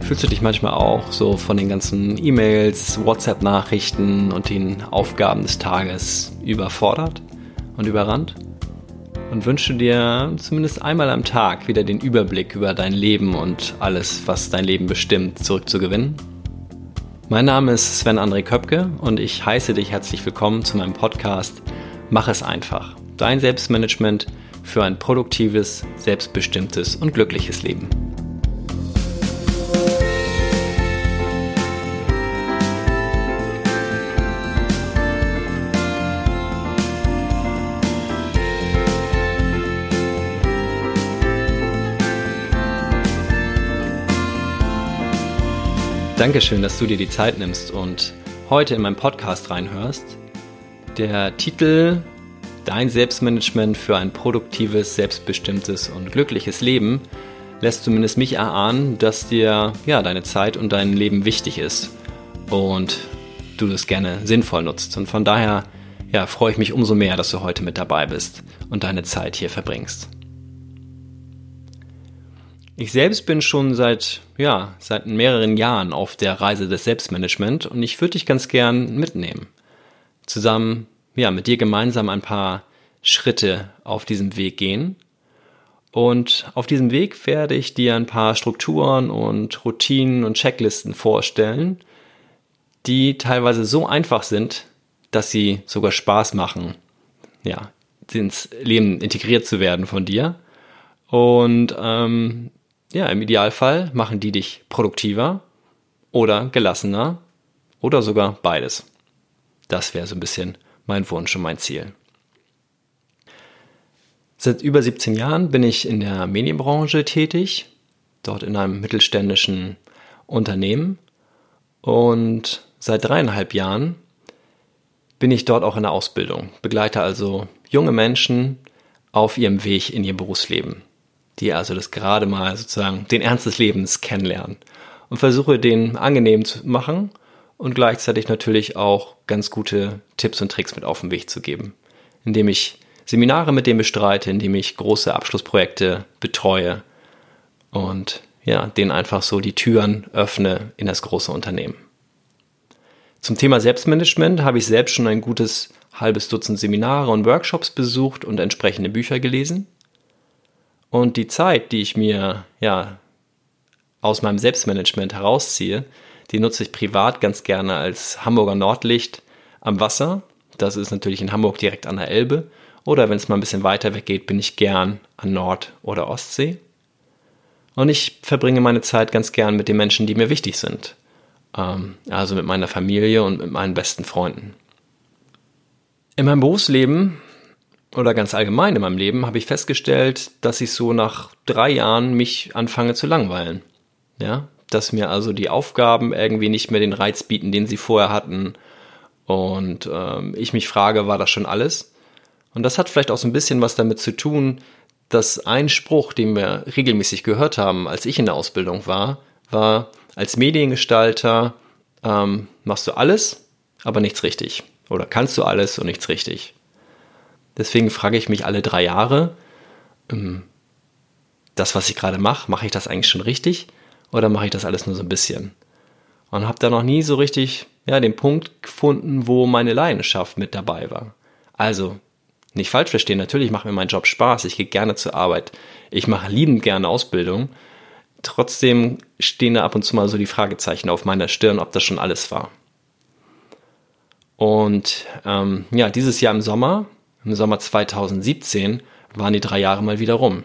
Fühlst du dich manchmal auch so von den ganzen E-Mails, WhatsApp-Nachrichten und den Aufgaben des Tages überfordert und überrannt? Und wünschst du dir zumindest einmal am Tag wieder den Überblick über dein Leben und alles, was dein Leben bestimmt, zurückzugewinnen? Mein Name ist Sven André Köpke und ich heiße dich herzlich willkommen zu meinem Podcast Mach es einfach. Dein Selbstmanagement für ein produktives, selbstbestimmtes und glückliches Leben. Dankeschön, dass du dir die Zeit nimmst und heute in meinen Podcast reinhörst. Der Titel Dein Selbstmanagement für ein produktives, selbstbestimmtes und glückliches Leben lässt zumindest mich erahnen, dass dir deine Zeit und dein Leben wichtig ist und du das gerne sinnvoll nutzt. Und von daher freue ich mich umso mehr, dass du heute mit dabei bist und deine Zeit hier verbringst. Ich selbst bin schon seit mehreren Jahren auf der Reise des Selbstmanagement und ich würde dich ganz gern mitnehmen. Zusammen, mit dir gemeinsam ein paar Schritte auf diesem Weg gehen. Und auf diesem Weg werde ich dir ein paar Strukturen und Routinen und Checklisten vorstellen, die teilweise so einfach sind, dass sie sogar Spaß machen, ins Leben integriert zu werden von dir. Und im Idealfall machen die dich produktiver oder gelassener oder sogar beides. Das wäre so ein bisschen mein Wunsch und mein Ziel. Seit über 17 Jahren bin ich in der Medienbranche tätig, dort in einem mittelständischen Unternehmen. Und seit 3,5 Jahren bin ich dort auch in der Ausbildung, begleite also junge Menschen auf ihrem Weg in ihr Berufsleben, die also das gerade mal sozusagen den Ernst des Lebens kennenlernen und versuche, den angenehm zu machen und gleichzeitig natürlich auch ganz gute Tipps und Tricks mit auf den Weg zu geben, indem ich Seminare mit denen bestreite, indem ich große Abschlussprojekte betreue und denen einfach so die Türen öffne in das große Unternehmen. Zum Thema Selbstmanagement habe ich selbst schon ein gutes halbes Dutzend Seminare und Workshops besucht und entsprechende Bücher gelesen. Und die Zeit, die ich mir aus meinem Selbstmanagement herausziehe, die nutze ich privat ganz gerne als Hamburger Nordlicht am Wasser. Das ist natürlich in Hamburg direkt an der Elbe. Oder wenn es mal ein bisschen weiter weg geht, bin ich gern an Nord- oder Ostsee. Und ich verbringe meine Zeit ganz gern mit den Menschen, die mir wichtig sind. Also mit meiner Familie und mit meinen besten Freunden. In meinem Berufsleben oder ganz allgemein in meinem Leben habe ich festgestellt, dass ich so nach 3 Jahren mich anfange zu langweilen. Dass mir also die Aufgaben irgendwie nicht mehr den Reiz bieten, den sie vorher hatten. Und ich mich frage, war das schon alles? Und das hat vielleicht auch so ein bisschen was damit zu tun, dass ein Spruch, den wir regelmäßig gehört haben, als ich in der Ausbildung war, als Mediengestalter machst du alles, aber nichts richtig. Oder kannst du alles und nichts richtig. Deswegen frage ich mich alle 3 Jahre, das, was ich gerade mache ich das eigentlich schon richtig oder mache ich das alles nur so ein bisschen? Und habe da noch nie so richtig den Punkt gefunden, wo meine Leidenschaft mit dabei war. Also, nicht falsch verstehen, natürlich macht mir mein Job Spaß, ich gehe gerne zur Arbeit, ich mache liebend gerne Ausbildung. Trotzdem stehen da ab und zu mal so die Fragezeichen auf meiner Stirn, ob das schon alles war. Und dieses Jahr im Sommer 2017, waren die 3 Jahre mal wieder rum.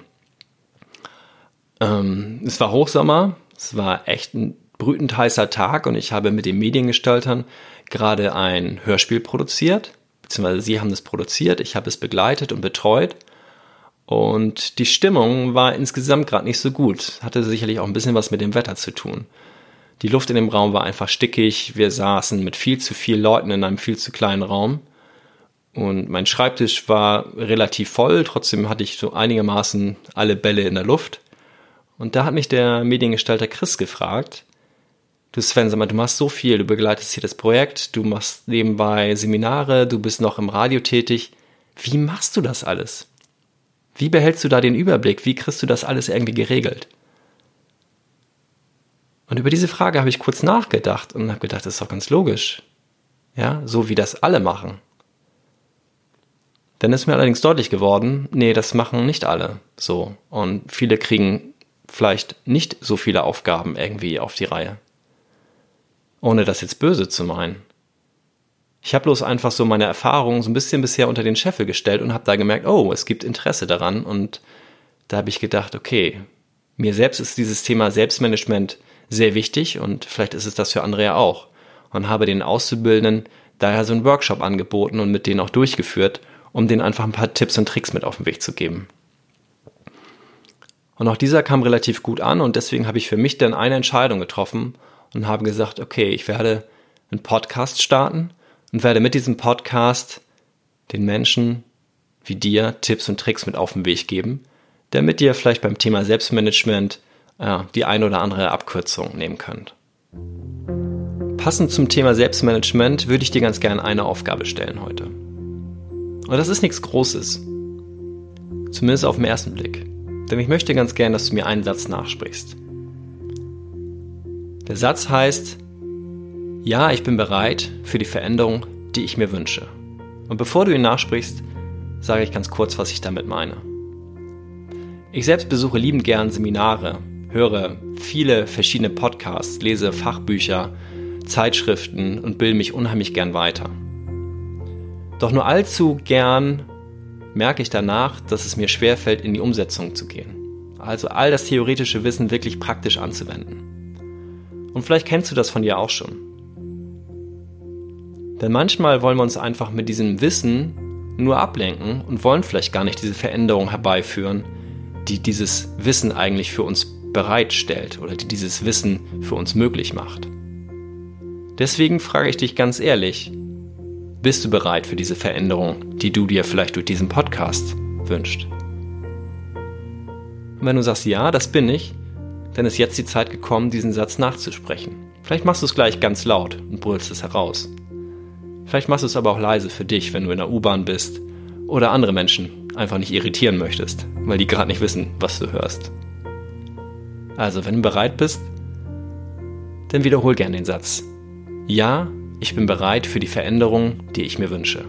Es war Hochsommer, es war echt ein brütend heißer Tag und ich habe mit den Mediengestaltern gerade ein Hörspiel produziert, beziehungsweise sie haben das produziert, ich habe es begleitet und betreut und die Stimmung war insgesamt gerade nicht so gut, hatte sicherlich auch ein bisschen was mit dem Wetter zu tun. Die Luft in dem Raum war einfach stickig, wir saßen mit viel zu vielen Leuten in einem viel zu kleinen Raum und mein Schreibtisch war relativ voll, trotzdem hatte ich so einigermaßen alle Bälle in der Luft. Und da hat mich der Mediengestalter Chris gefragt, du Sven, sag mal, du machst so viel, du begleitest hier das Projekt, du machst nebenbei Seminare, du bist noch im Radio tätig. Wie machst du das alles? Wie behältst du da den Überblick? Wie kriegst du das alles irgendwie geregelt? Und über diese Frage habe ich kurz nachgedacht und habe gedacht, das ist doch ganz logisch. Ja, so wie das alle machen. Dann ist mir allerdings deutlich geworden, nee, das machen nicht alle so. Und viele kriegen vielleicht nicht so viele Aufgaben irgendwie auf die Reihe. Ohne das jetzt böse zu meinen. Ich habe bloß einfach so meine Erfahrungen so ein bisschen bisher unter den Scheffel gestellt und habe da gemerkt, oh, es gibt Interesse daran. Und da habe ich gedacht, okay, mir selbst ist dieses Thema Selbstmanagement sehr wichtig und vielleicht ist es das für andere ja auch. Und habe den Auszubildenden daher so einen Workshop angeboten und mit denen auch durchgeführt, um denen einfach ein paar Tipps und Tricks mit auf den Weg zu geben. Und auch dieser kam relativ gut an und deswegen habe ich für mich dann eine Entscheidung getroffen und habe gesagt, okay, ich werde einen Podcast starten und werde mit diesem Podcast den Menschen wie dir Tipps und Tricks mit auf den Weg geben, damit ihr vielleicht beim Thema Selbstmanagement die eine oder andere Abkürzung nehmen könnt. Passend zum Thema Selbstmanagement würde ich dir ganz gerne eine Aufgabe stellen heute. Und das ist nichts Großes, zumindest auf den ersten Blick. Denn ich möchte ganz gerne, dass du mir einen Satz nachsprichst. Der Satz heißt, ja, ich bin bereit für die Veränderung, die ich mir wünsche. Und bevor du ihn nachsprichst, sage ich ganz kurz, was ich damit meine. Ich selbst besuche liebend gern Seminare, höre viele verschiedene Podcasts, lese Fachbücher, Zeitschriften und bilde mich unheimlich gern weiter. Doch nur allzu gern merke ich danach, dass es mir schwerfällt, in die Umsetzung zu gehen. Also all das theoretische Wissen wirklich praktisch anzuwenden. Und vielleicht kennst du das von dir auch schon. Denn manchmal wollen wir uns einfach mit diesem Wissen nur ablenken und wollen vielleicht gar nicht diese Veränderung herbeiführen, die dieses Wissen eigentlich für uns bereitstellt oder die dieses Wissen für uns möglich macht. Deswegen frage ich dich ganz ehrlich, bist du bereit für diese Veränderung, die du dir vielleicht durch diesen Podcast wünschst? Und wenn du sagst, ja, das bin ich, dann ist jetzt die Zeit gekommen, diesen Satz nachzusprechen. Vielleicht machst du es gleich ganz laut und brüllst es heraus. Vielleicht machst du es aber auch leise für dich, wenn du in der U-Bahn bist oder andere Menschen einfach nicht irritieren möchtest, weil die gerade nicht wissen, was du hörst. Also, wenn du bereit bist, dann wiederhol gern den Satz. Ja, ich bin bereit für die Veränderung, die ich mir wünsche.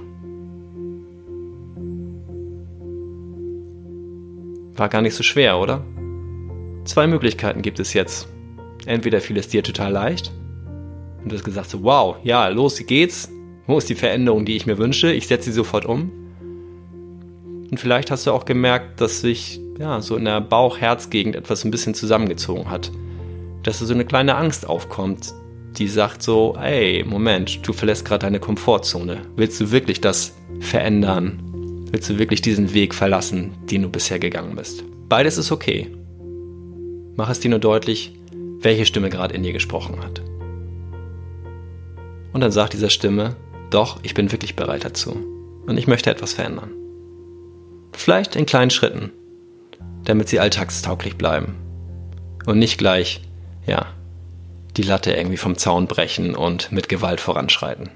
War gar nicht so schwer, oder? 2 Möglichkeiten gibt es jetzt. Entweder fiel es dir total leicht und du hast gesagt so, wow, ja, los geht's. Wo ist die Veränderung, die ich mir wünsche? Ich setze sie sofort um. Und vielleicht hast du auch gemerkt, dass sich so in der Bauch-Herz-Gegend etwas ein bisschen zusammengezogen hat. Dass da so eine kleine Angst aufkommt, die sagt so, ey, Moment, du verlässt gerade deine Komfortzone. Willst du wirklich das verändern? Willst du wirklich diesen Weg verlassen, den du bisher gegangen bist? Beides ist okay. Mach es dir nur deutlich, welche Stimme gerade in dir gesprochen hat. Und dann sagt dieser Stimme, doch, ich bin wirklich bereit dazu. Und ich möchte etwas verändern. Vielleicht in kleinen Schritten, damit sie alltagstauglich bleiben. Und nicht gleich, die Latte irgendwie vom Zaun brechen und mit Gewalt voranschreiten.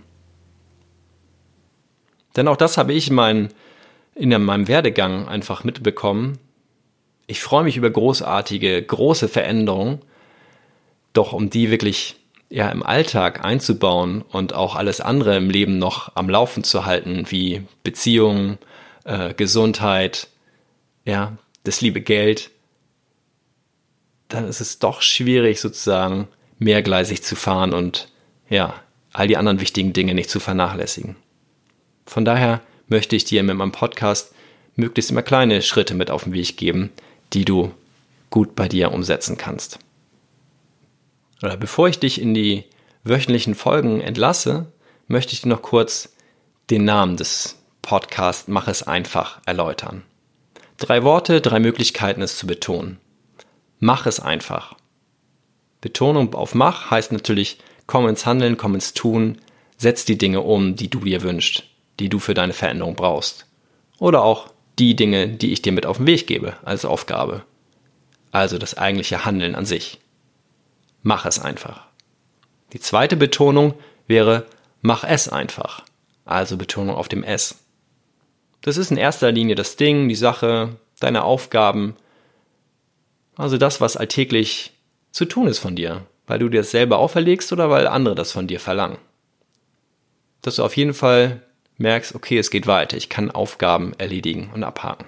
Denn auch das habe ich in meinem Werdegang einfach mitbekommen. Ich freue mich über großartige, große Veränderungen, doch um die wirklich im Alltag einzubauen und auch alles andere im Leben noch am Laufen zu halten, wie Beziehungen, Gesundheit, das liebe Geld, dann ist es doch schwierig sozusagen mehrgleisig zu fahren und all die anderen wichtigen Dinge nicht zu vernachlässigen. Von daher möchte ich dir mit meinem Podcast möglichst immer kleine Schritte mit auf den Weg geben, die du gut bei dir umsetzen kannst. Oder bevor ich dich in die wöchentlichen Folgen entlasse, möchte ich dir noch kurz den Namen des Podcasts Mach es einfach erläutern. 3 Worte, 3 Möglichkeiten, es zu betonen. Mach es einfach. Betonung auf Mach heißt natürlich, komm ins Handeln, komm ins Tun, setz die Dinge um, die du dir wünschst, die du für deine Veränderung brauchst. Oder auch die Dinge, die ich dir mit auf den Weg gebe als Aufgabe. Also das eigentliche Handeln an sich. Mach es einfach. Die zweite Betonung wäre, mach es einfach. Also Betonung auf dem Es. Das ist in erster Linie das Ding, die Sache, deine Aufgaben. Also das, was alltäglich zu tun ist von dir, Weil du dir das selber auferlegst oder weil andere das von dir verlangen. Dass du auf jeden Fall merkst, okay, es geht weiter, ich kann Aufgaben erledigen und abhaken.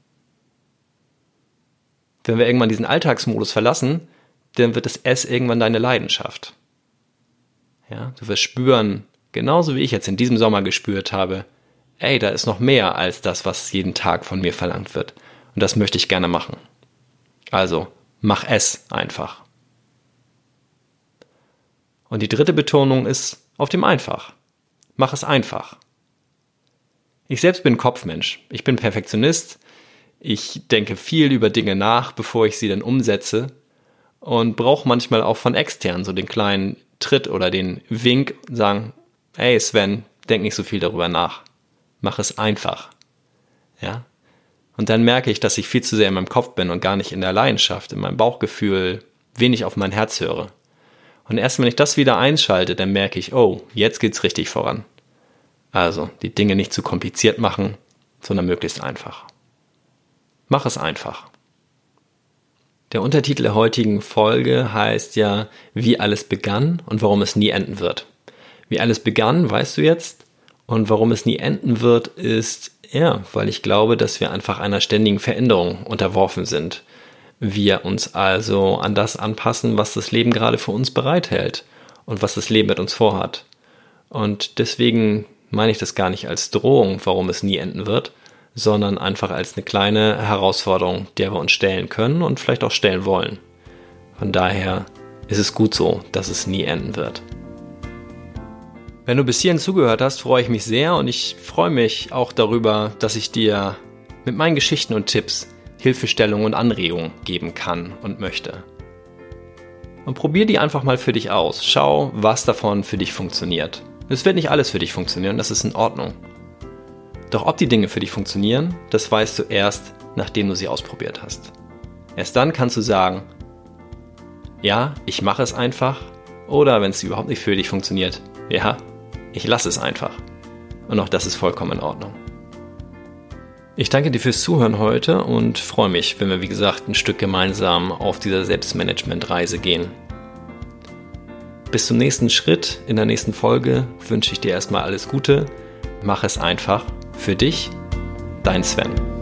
Wenn wir irgendwann diesen Alltagsmodus verlassen, dann wird das S irgendwann deine Leidenschaft. Ja, du wirst spüren, genauso wie ich jetzt in diesem Sommer gespürt habe, ey, da ist noch mehr als das, was jeden Tag von mir verlangt wird. Und das möchte ich gerne machen. Also, mach es einfach. Und die dritte Betonung ist auf dem Einfach. Mach es einfach. Ich selbst bin Kopfmensch. Ich bin Perfektionist. Ich denke viel über Dinge nach, bevor ich sie dann umsetze. Und brauche manchmal auch von extern so den kleinen Tritt oder den Wink und sagen, hey Sven, denk nicht so viel darüber nach. Mach es einfach. Ja? Und dann merke ich, dass ich viel zu sehr in meinem Kopf bin und gar nicht in der Leidenschaft, in meinem Bauchgefühl, wenig auf mein Herz höre. Und erst wenn ich das wieder einschalte, dann merke ich, oh, jetzt geht's richtig voran. Also, die Dinge nicht zu kompliziert machen, sondern möglichst einfach. Mach es einfach. Der Untertitel der heutigen Folge heißt ja, wie alles begann und warum es nie enden wird. Wie alles begann, weißt du jetzt. Und warum es nie enden wird, ist, weil ich glaube, dass wir einfach einer ständigen Veränderung unterworfen sind. Wir uns also an das anpassen, was das Leben gerade für uns bereithält und was das Leben mit uns vorhat. Und deswegen meine ich das gar nicht als Drohung, warum es nie enden wird, sondern einfach als eine kleine Herausforderung, der wir uns stellen können und vielleicht auch stellen wollen. Von daher ist es gut so, dass es nie enden wird. Wenn du bis hierhin zugehört hast, freue ich mich sehr und ich freue mich auch darüber, dass ich dir mit meinen Geschichten und Tipps Hilfestellung und Anregungen geben kann und möchte. Und probier die einfach mal für dich aus. Schau, was davon für dich funktioniert. Es wird nicht alles für dich funktionieren, das ist in Ordnung. Doch ob die Dinge für dich funktionieren, das weißt du erst, nachdem du sie ausprobiert hast. Erst dann kannst du sagen, ja, ich mache es einfach, oder wenn es überhaupt nicht für dich funktioniert, ja, ich lasse es einfach. Und auch das ist vollkommen in Ordnung. Ich danke dir fürs Zuhören heute und freue mich, wenn wir, wie gesagt, ein Stück gemeinsam auf dieser Selbstmanagement-Reise gehen. Bis zum nächsten Schritt in der nächsten Folge wünsche ich dir erstmal alles Gute. Mach es einfach. Für dich, dein Sven.